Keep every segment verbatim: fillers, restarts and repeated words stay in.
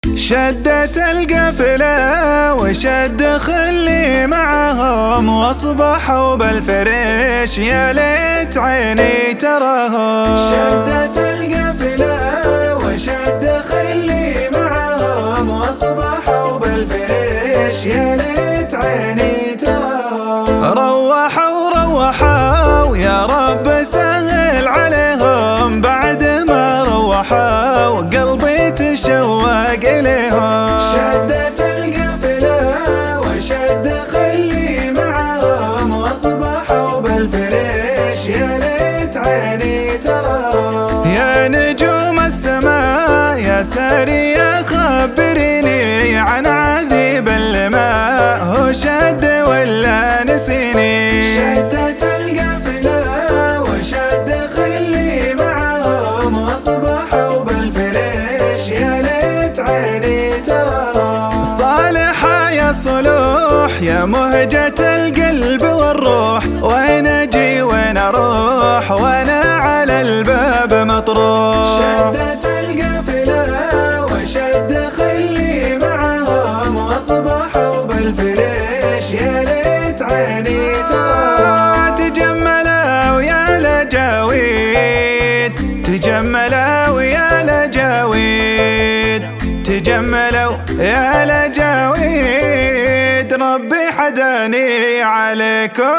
شدت القفلة وشد خلي معهم، واصبحوا بالفريش يا ليت عيني تراهم. شدت القفلة وشد خلي معهم، واصبحوا بالفريش يا ليت عيني تراهم. روحوا روحوا يا رب سهل عليهم، بعد ما روحوا قلبي تشوق إليهم. شدت القفلة وشد خلي معهم، واصبحوا بالفريش يا ليت عيني تراهم. يا نجوم السماء يا سارية خبريني عن عذيب الماء، هو شد ولا نسيني. شدت القفلة وشد خلي معهم، واصبحوا بالفريش يا ليت عيني تراهم. صالحة يا صلوح يا مهجة القلب والروح، وين اجي وين اروح وانا على الباب مطروح. شدت القفلة وشد خلي معهم، واصبحوا بالفريش يا ليت عيني تراهم. تجملوا يا لجاويد تجملوا يا لجاويد تجملوا يا لجاويد، ربي حداني عليكم.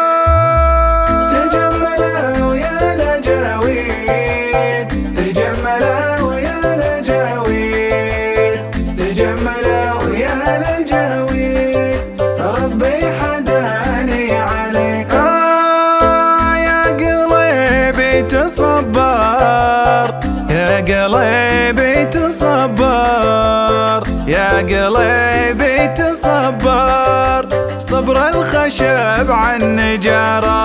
تجملوا يا لجاويد تجملوا يا لجاويد تجملوا يا لجاويد، ربي حداني عليكم. آه يا قلبي تصبر يا قلبي تصبر يا قلبي تصبر، صبر الخشب عن نجارة.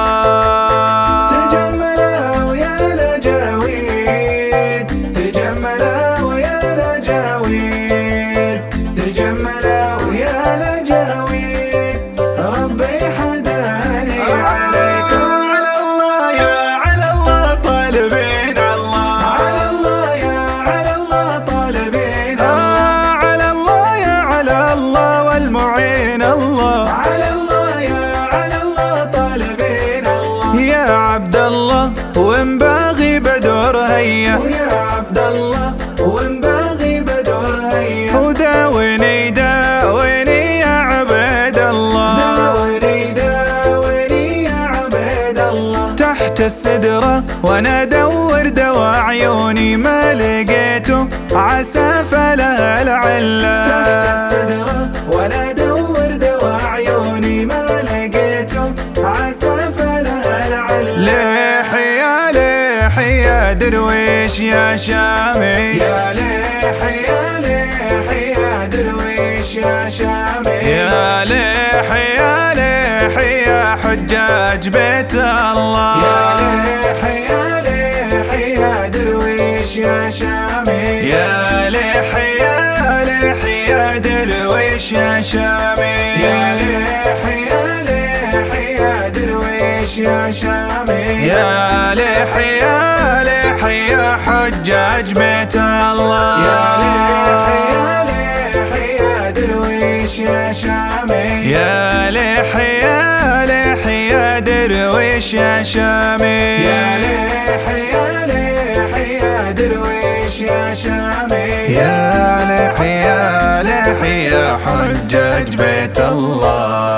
تجملوا يا لجاويد تجملوا يا لجاويد تجملوا يا لجاويد، ربي حداني عليكم. على الله يا على الله طالبين الله، على الله يا على الله طالبين آه الله. على الله يا على الله والمعين الله. على الله يا على الله طالبين الله. يا عبد الله وين باغي بدور هيا، ويا عبد الله وين باغي بدور هيا، وداوني داوني يا عبيد الله. داوني داوني يا عبيد الله. تحت السدرة وانا ادور دوا عيوني ما لقيته، عسى فلها العلة. تحت السدرة وانا ادور دوا عيوني ما لقيته، عسى فلها العلة. ليحي يا ليحي يا درويش يا شامي، يا ليحي يا ليحي يا درويش يا شامي. يا ليحي يا ليحي يا حجاج بيت الله. يا ليحي يا ليحي يا درويش يا شامي. يا ليحي يا ليحي يا درويش يا شامي. يا ليحي يا ليحي يا درويش يا شامي. يا ليحي يا ليحي يا حجاج بيت الله. يا ليحي يا ليحي يا درويش يا شامي. يا ليحي يا ليحي يا درويش يا شامي. يا ليحي يا ليحي يا درويش يا شامي. يا ليحي يا ليحي يا حجاج بيت الله.